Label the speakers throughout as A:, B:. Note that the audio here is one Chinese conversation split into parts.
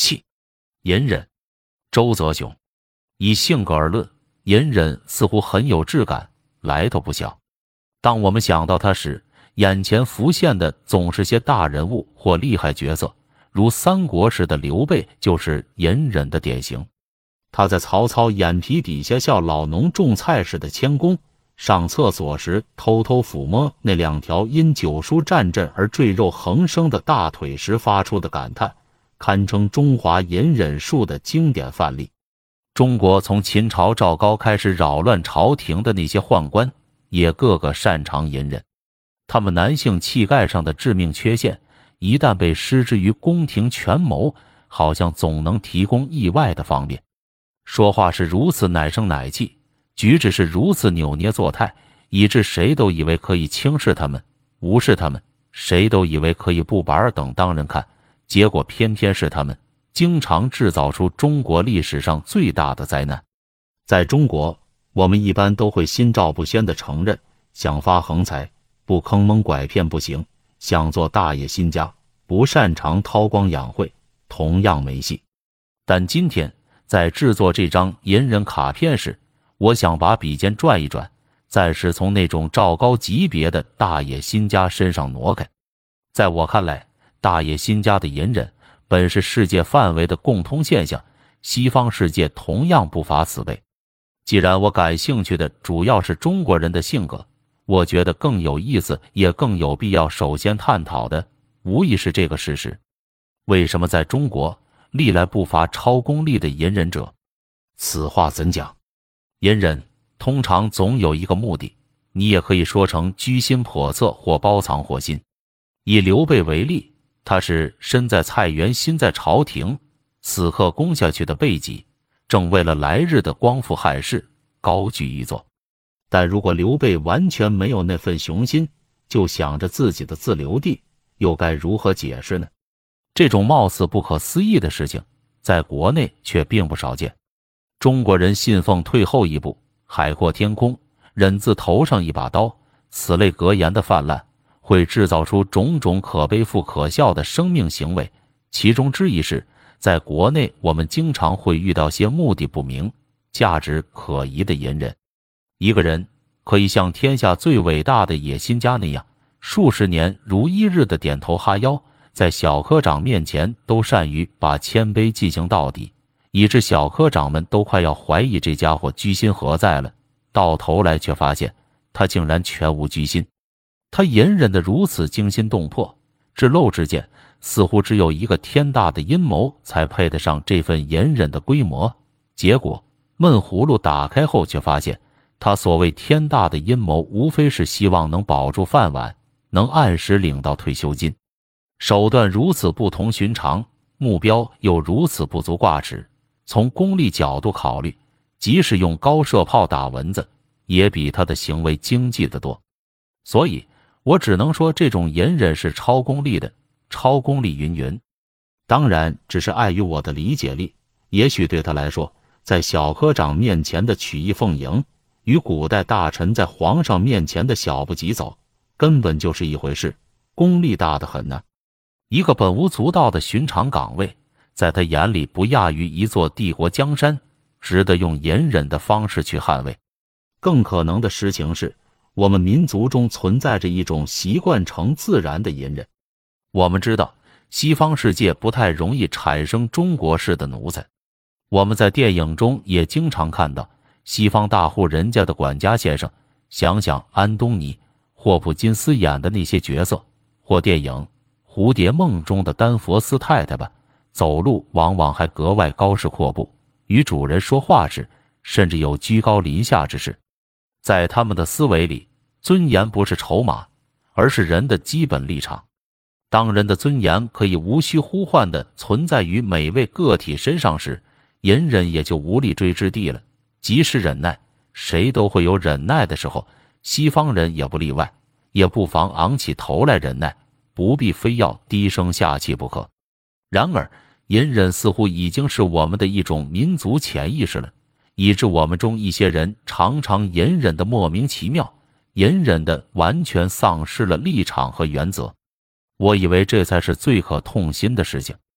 A: 气。隐忍，周泽雄。以性格而论，隐忍似乎很有质感，来头不小。当我们想到他时，眼前浮现的总是些大人物或厉害角色，如三国时的刘备就是隐忍的典型。他在曹操眼皮底下笑老农种菜时的谦恭，上厕所时偷偷抚摸那两条因九叔战阵而赘肉横生的大腿时发出的感叹，堪称中华隐忍术的经典范例。中国从秦朝赵高开始扰乱朝廷的那些宦官，也个个擅长隐忍。他们男性气概上的致命缺陷，一旦被施之于宫廷权谋，好像总能提供意外的方便。说话是如此奶声奶气，举止是如此扭捏作态，以致谁都以为可以轻视他们，无视他们，谁都以为可以不把尔等当人看，结果偏偏是他们经常制造出中国历史上最大的灾难。在中国，我们一般都会心照不宣地承认，想发横财，不坑蒙拐骗不行，想做大野心家，不擅长韬光养晦，同样没戏。但今天在制作这张隐忍卡片时，我想把笔尖转一转，暂时从那种赵高级别的大野心家身上挪开。在我看来，大野心家的隐忍本是世界范围的共通现象，西方世界同样不乏此辈。既然我感兴趣的主要是中国人的性格，我觉得更有意思也更有必要首先探讨的无疑是这个事实：为什么在中国历来不乏超功利的隐忍者？此话怎讲？隐忍通常总有一个目的，你也可以说成居心叵测或包藏祸心。以刘备为例，他是身在菜园心在朝廷，此刻攻下去的背脊，正为了来日的光复汉室高举一座。但如果刘备完全没有那份雄心，就想着自己的自留地，又该如何解释呢？这种貌似不可思议的事情，在国内却并不少见。中国人信奉退后一步，海阔天空，忍字头上一把刀，此类格言的泛滥，会制造出种种可悲负可笑的生命行为。其中之一是，在国内我们经常会遇到些目的不明、价值可疑的隐忍。一个人可以像天下最伟大的野心家那样，数十年如一日的点头哈腰，在小科长面前都善于把谦卑进行到底，以致小科长们都快要怀疑这家伙居心何在了，到头来却发现他竟然全无居心。他隐忍得如此惊心动魄，至漏之间，似乎只有一个天大的阴谋才配得上这份隐忍的规模。结果闷葫芦打开后，却发现他所谓天大的阴谋，无非是希望能保住饭碗，能按时领到退休金。手段如此不同寻常，目标又如此不足挂齿，从功利角度考虑，即使用高射炮打蚊子，也比他的行为经济得多。所以我只能说，这种隐忍是超功利的，超功利云云。当然只是碍于我的理解力，也许对他来说，在小科长面前的曲意奉迎，与古代大臣在皇上面前的小步疾走，根本就是一回事，功利大得很呢。一个本无足道的寻常岗位，在他眼里不亚于一座帝国江山，值得用隐忍的方式去捍卫。更可能的实情是，我们民族中存在着一种习惯成自然的隐忍。我们知道，西方世界不太容易产生中国式的奴才。我们在电影中也经常看到西方大户人家的管家先生，想想安东尼·霍普金斯演的那些角色，或电影《蝴蝶梦》中的丹佛斯太太吧，走路往往还格外高士阔步，与主人说话时甚至有居高临下之势。在他们的思维里，尊严不是筹码，而是人的基本立场。当人的尊严可以无需呼唤地存在于每位个体身上时，隐忍也就无立锥之地了。即使忍耐，谁都会有忍耐的时候，西方人也不例外，也不妨昂起头来忍耐，不必非要低声下气不可。然而，隐忍似乎已经是我们的一种民族潜意识了，以致我们中一些人常常隐忍的莫名其妙，隐忍的完全丧失了立场和原则。我以为这才是最可痛心的事情。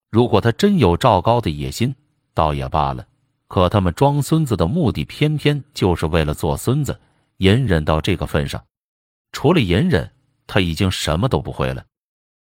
A: 如果他真有赵高的野心，倒也罢了。可他们装孙子的目的，偏偏就是为了做孙子。隐忍到这个份上，除了隐忍，他已经什么都不会了。